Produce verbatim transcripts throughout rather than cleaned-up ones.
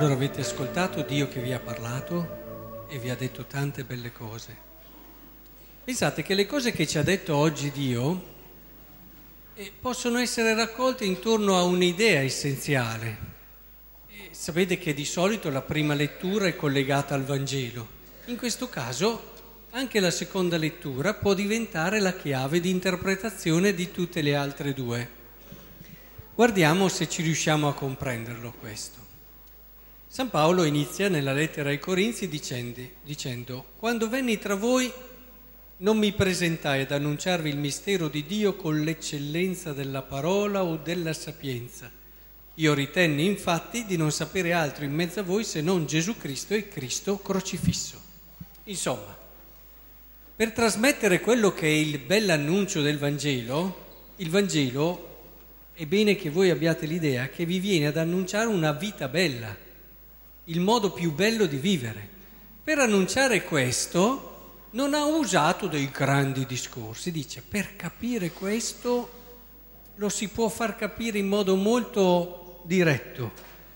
Allora avete ascoltato Dio che vi ha parlato e vi ha detto tante belle cose. Pensate che le cose che ci ha detto oggi Dio eh, possono essere raccolte intorno a un'idea essenziale. E sapete che di solito la prima lettura è collegata al Vangelo. In questo caso anche la seconda lettura può diventare la chiave di interpretazione di tutte le altre due. Guardiamo se ci riusciamo a comprenderlo questo. San Paolo inizia nella lettera ai Corinzi dicendo, dicendo «Quando venni tra voi non mi presentai ad annunciarvi il mistero di Dio con l'eccellenza della parola o della sapienza. Io ritenni infatti di non sapere altro in mezzo a voi se non Gesù Cristo e Cristo crocifisso». Insomma, per trasmettere quello che è il bell'annuncio del Vangelo, il Vangelo è bene che voi abbiate l'idea che vi viene ad annunciare una vita bella, il modo più bello di vivere. Per annunciare questo non ha usato dei grandi discorsi, dice per capire questo lo si può far capire in modo molto diretto,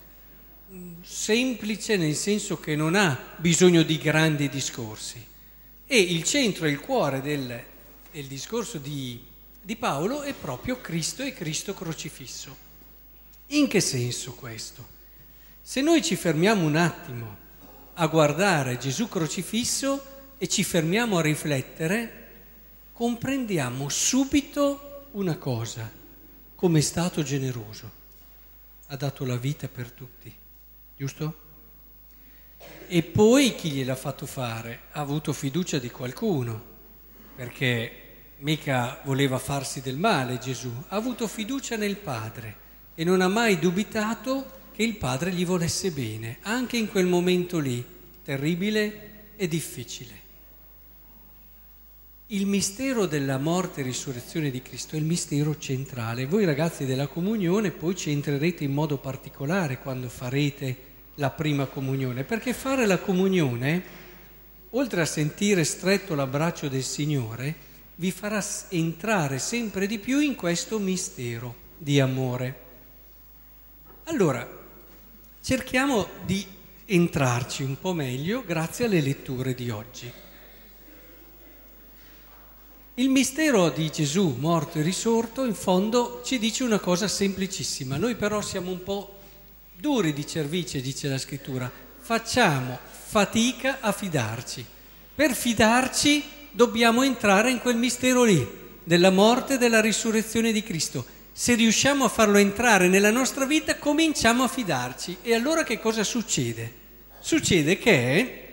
semplice nel senso che non ha bisogno di grandi discorsi. E il centro e il cuore del, del discorso di di Paolo è proprio Cristo e Cristo crocifisso. In che senso questo? Se noi ci fermiamo un attimo a guardare Gesù crocifisso e ci fermiamo a riflettere, comprendiamo subito una cosa: come è stato generoso. Ha dato la vita per tutti, giusto? E poi chi gliel'ha fatto fare? Ha avuto fiducia di qualcuno, perché mica voleva farsi del male Gesù, ha avuto fiducia nel Padre e non ha mai dubitato che il Padre gli volesse bene, anche in quel momento lì, terribile e difficile. Il mistero della morte e risurrezione di Cristo è il mistero centrale. Voi ragazzi della comunione poi ci entrerete in modo particolare quando farete la prima comunione, perché fare la comunione, oltre a sentire stretto l'abbraccio del Signore, vi farà entrare sempre di più in questo mistero di amore. Allora, cerchiamo di entrarci un po' meglio grazie alle letture di oggi. Il mistero di Gesù morto e risorto in fondo ci dice una cosa semplicissima. Noi però siamo un po' duri di cervice, dice la Scrittura. Facciamo fatica a fidarci. Per fidarci dobbiamo entrare in quel mistero lì, della morte e della risurrezione di Cristo. Se riusciamo a farlo entrare nella nostra vita, cominciamo a fidarci. E allora che cosa succede? Succede che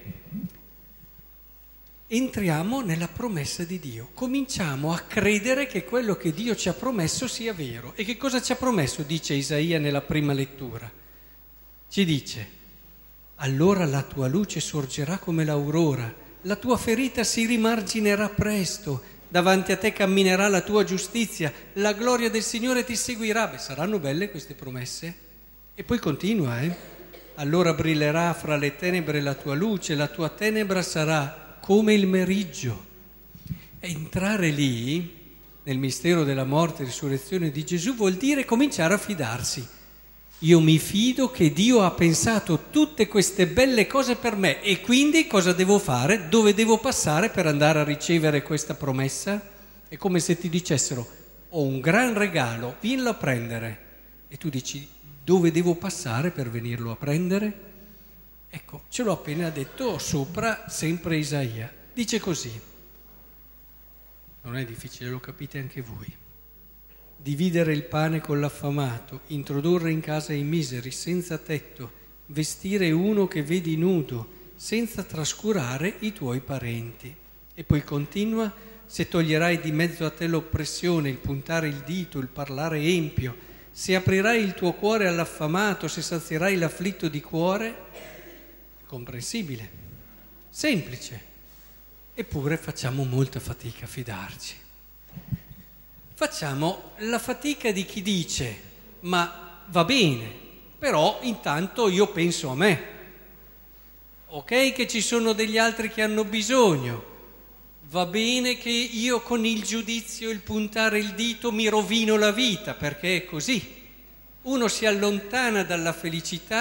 entriamo nella promessa di Dio. Cominciamo a credere che quello che Dio ci ha promesso sia vero. E che cosa ci ha promesso? Dice Isaia nella prima lettura. Ci dice: allora la tua luce sorgerà come l'aurora, la tua ferita si rimarginerà presto, davanti a te camminerà la tua giustizia, la gloria del Signore ti seguirà. Beh, saranno belle queste promesse? E poi continua, eh? Allora brillerà fra le tenebre la tua luce, la tua tenebra sarà come il meriggio. Entrare lì, nel mistero della morte e risurrezione di Gesù, vuol dire cominciare a fidarsi. Io mi fido che Dio ha pensato tutte queste belle cose per me e quindi cosa devo fare? Dove devo passare per andare a ricevere questa promessa? È come se ti dicessero: ho un gran regalo, vienlo a prendere. E tu dici: dove devo passare per venirlo a prendere? Ecco, ce l'ho appena detto sopra, sempre Isaia. Dice così. Non è difficile, lo capite anche voi. Dividere il pane con l'affamato, introdurre in casa i miseri senza tetto, vestire uno che vedi nudo, senza trascurare i tuoi parenti. E poi continua: se toglierai di mezzo a te l'oppressione, il puntare il dito, il parlare empio, se aprirai il tuo cuore all'affamato, se sazierai l'afflitto di cuore, comprensibile, semplice, eppure facciamo molta fatica a fidarci. Facciamo la fatica di chi dice: ma va bene, però intanto io penso a me. Ok che ci sono degli altri che hanno bisogno, va bene che io con il giudizio, il puntare il dito mi rovino la vita, perché è così. Uno si allontana dalla felicità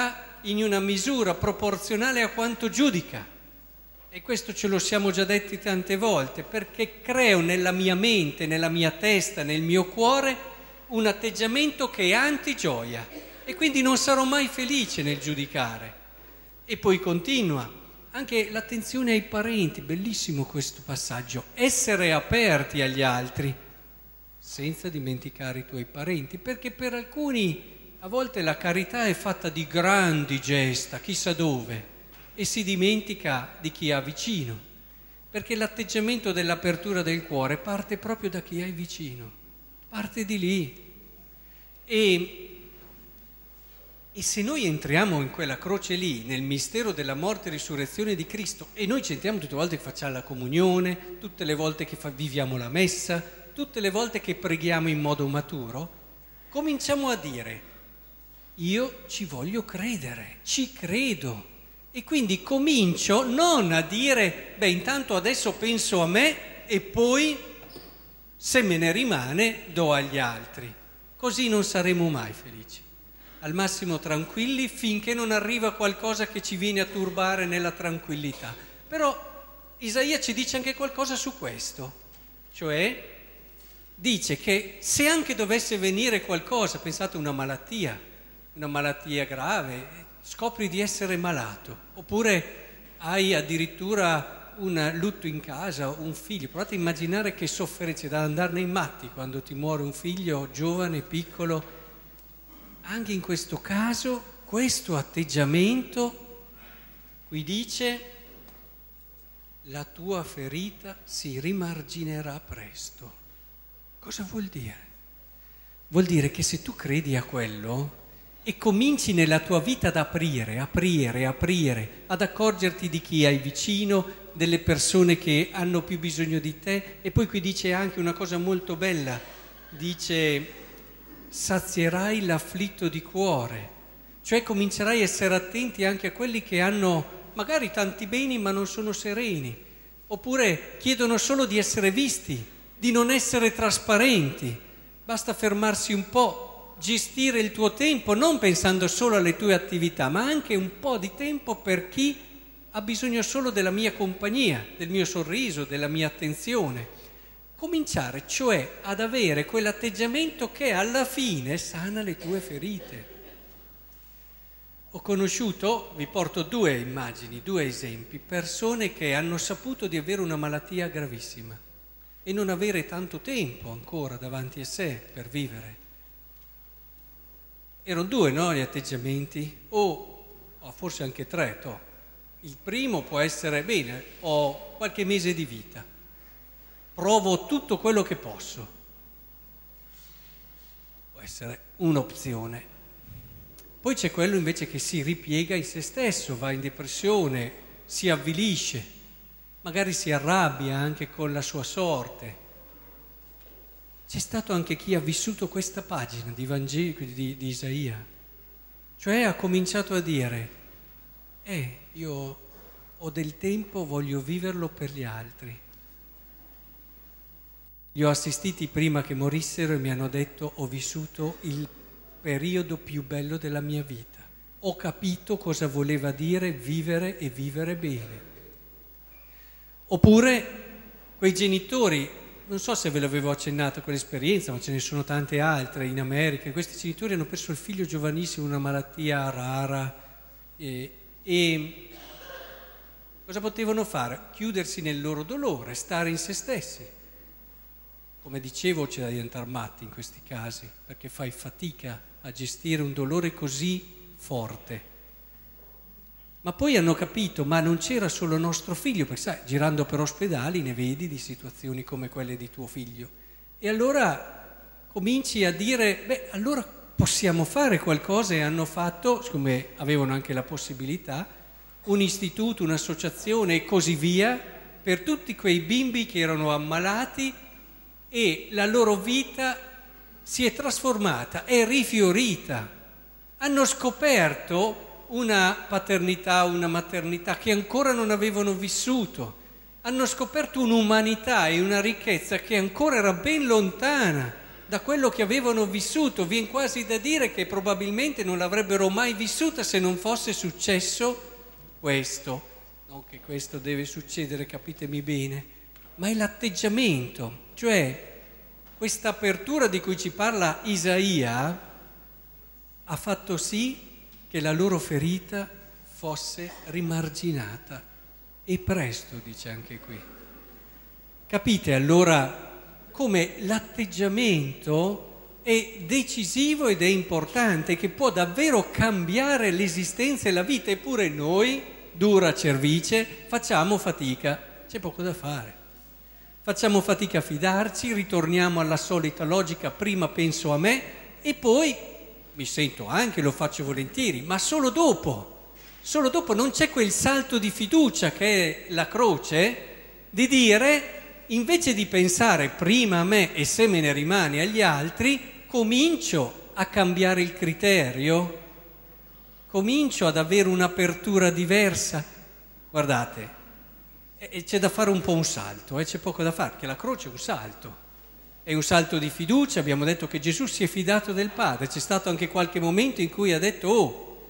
in una misura proporzionale a quanto giudica. E questo ce lo siamo già detti tante volte, perché creo nella mia mente, nella mia testa, nel mio cuore un atteggiamento che è anti-gioia e quindi non sarò mai felice nel giudicare. E poi continua, anche l'attenzione ai parenti, bellissimo questo passaggio, essere aperti agli altri, senza dimenticare i tuoi parenti, perché per alcuni a volte la carità è fatta di grandi gesta, chissà dove, e si dimentica di chi ha vicino, perché l'atteggiamento dell'apertura del cuore parte proprio da chi hai vicino, parte di lì. E, e se noi entriamo in quella croce lì, nel mistero della morte e risurrezione di Cristo, e noi ci entriamo tutte le volte che facciamo la comunione, tutte le volte che fa, viviamo la messa, tutte le volte che preghiamo in modo maturo, cominciamo a dire, io ci voglio credere, ci credo. E quindi comincio non a dire, beh, intanto adesso penso a me e poi, se me ne rimane, do agli altri. Così non saremo mai felici. Al massimo tranquilli finché non arriva qualcosa che ci viene a turbare nella tranquillità. Però Isaia ci dice anche qualcosa su questo. Cioè, dice che se anche dovesse venire qualcosa, pensate una malattia, una malattia grave, scopri di essere malato, oppure hai addirittura un lutto in casa, un figlio, provate a immaginare che sofferenza, da andarne in matti quando ti muore un figlio giovane, piccolo. Anche in questo caso, questo atteggiamento, qui dice, la tua ferita si rimarginerà presto. Cosa vuol dire? Vuol dire che se tu credi a quello e cominci nella tua vita ad aprire, aprire, aprire, ad accorgerti di chi hai vicino, delle persone che hanno più bisogno di te, e poi qui dice anche una cosa molto bella, dice sazierai l'afflitto di cuore, cioè comincerai a essere attenti anche a quelli che hanno magari tanti beni ma non sono sereni, oppure chiedono solo di essere visti, di non essere trasparenti, basta fermarsi un po', gestire il tuo tempo non pensando solo alle tue attività, ma anche un po' di tempo per chi ha bisogno solo della mia compagnia, del mio sorriso, della mia attenzione. Cominciare cioè ad avere quell'atteggiamento che alla fine sana le tue ferite. Ho conosciuto, vi porto due immagini, due esempi, persone che hanno saputo di avere una malattia gravissima e non avere tanto tempo ancora davanti a sé per vivere. Erano due, no, gli atteggiamenti, o, o forse anche tre, to. Il primo può essere, bene, ho qualche mese di vita, provo tutto quello che posso. Può essere un'opzione. Poi c'è quello invece che si ripiega in se stesso, va in depressione, si avvilisce, magari si arrabbia anche con la sua sorte. C'è stato anche chi ha vissuto questa pagina di Vangelo di, di Isaia, cioè ha cominciato a dire, eh, io ho del tempo, voglio viverlo per gli altri. Li ho assistiti prima che morissero e mi hanno detto, ho vissuto il periodo più bello della mia vita, ho capito cosa voleva dire vivere e vivere bene. Oppure quei genitori, non so se ve l'avevo accennato quell'esperienza, ma ce ne sono tante altre in America. Questi genitori hanno perso il figlio giovanissimo, una malattia rara, e, e cosa potevano fare? Chiudersi nel loro dolore, stare in se stessi. Come dicevo, c'è da diventare matti in questi casi, perché fai fatica a gestire un dolore così forte. Ma poi hanno capito, ma non c'era solo nostro figlio, perché sai, girando per ospedali ne vedi di situazioni come quelle di tuo figlio. E allora cominci a dire, beh, allora possiamo fare qualcosa, e hanno fatto, siccome avevano anche la possibilità, un istituto, un'associazione e così via, per tutti quei bimbi che erano ammalati, e la loro vita si è trasformata, è rifiorita. Hanno scoperto una paternità, una maternità che ancora non avevano vissuto, hanno scoperto un'umanità e una ricchezza che ancora era ben lontana da quello che avevano vissuto. Viene quasi da dire che probabilmente non l'avrebbero mai vissuta se non fosse successo questo. Non che questo deve succedere, capitemi bene, ma è l'atteggiamento, cioè questa apertura di cui ci parla Isaia ha fatto sì che la loro ferita fosse rimarginata, e presto, dice anche qui. Capite allora come l'atteggiamento è decisivo ed è importante, che può davvero cambiare l'esistenza e la vita, eppure noi, dura cervice, facciamo fatica, c'è poco da fare. Facciamo fatica a fidarci, ritorniamo alla solita logica, prima penso a me e poi mi sento anche, lo faccio volentieri, ma solo dopo, solo dopo non c'è quel salto di fiducia che è la croce, di dire, invece di pensare prima a me e se me ne rimane agli altri, comincio a cambiare il criterio, comincio ad avere un'apertura diversa. Guardate, e c'è da fare un po' un salto, eh? C'è poco da fare, perché la croce è un salto, è un salto di fiducia. Abbiamo detto che Gesù si è fidato del Padre, c'è stato anche qualche momento in cui ha detto oh,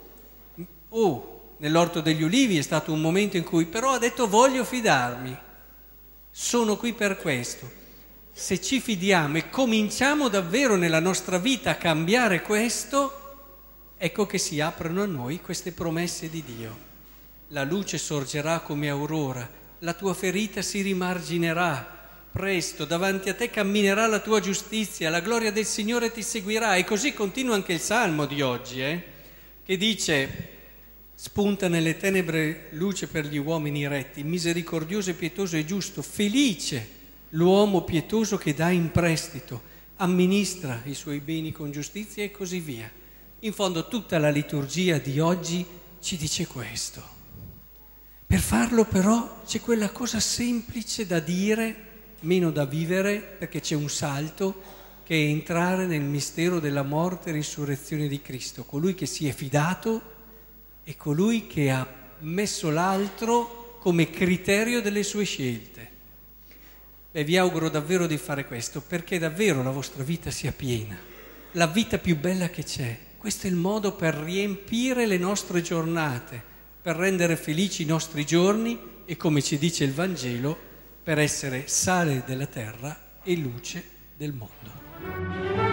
oh, nell'Orto degli Ulivi è stato un momento in cui però ha detto voglio fidarmi, sono qui per questo. Se ci fidiamo e cominciamo davvero nella nostra vita a cambiare questo, ecco che si aprono a noi queste promesse di Dio. La luce sorgerà come aurora, la tua ferita si rimarginerà, presto davanti a te camminerà la tua giustizia, la gloria del Signore ti seguirà. E così continua anche il Salmo di oggi, eh, che dice: spunta nelle tenebre luce per gli uomini retti, misericordioso e pietoso e giusto, felice l'uomo pietoso che dà in prestito, amministra i suoi beni con giustizia e così via. In fondo tutta la liturgia di oggi ci dice questo. Per farlo però c'è quella cosa semplice da dire, meno da vivere, perché c'è un salto, che è entrare nel mistero della morte e risurrezione di Cristo, colui che si è fidato e colui che ha messo l'altro come criterio delle sue scelte. Beh, vi auguro davvero di fare questo, perché davvero la vostra vita sia piena, la vita più bella che c'è. Questo è il modo per riempire le nostre giornate, per rendere felici i nostri giorni e, come ci dice il Vangelo, per essere sale della terra e luce del mondo.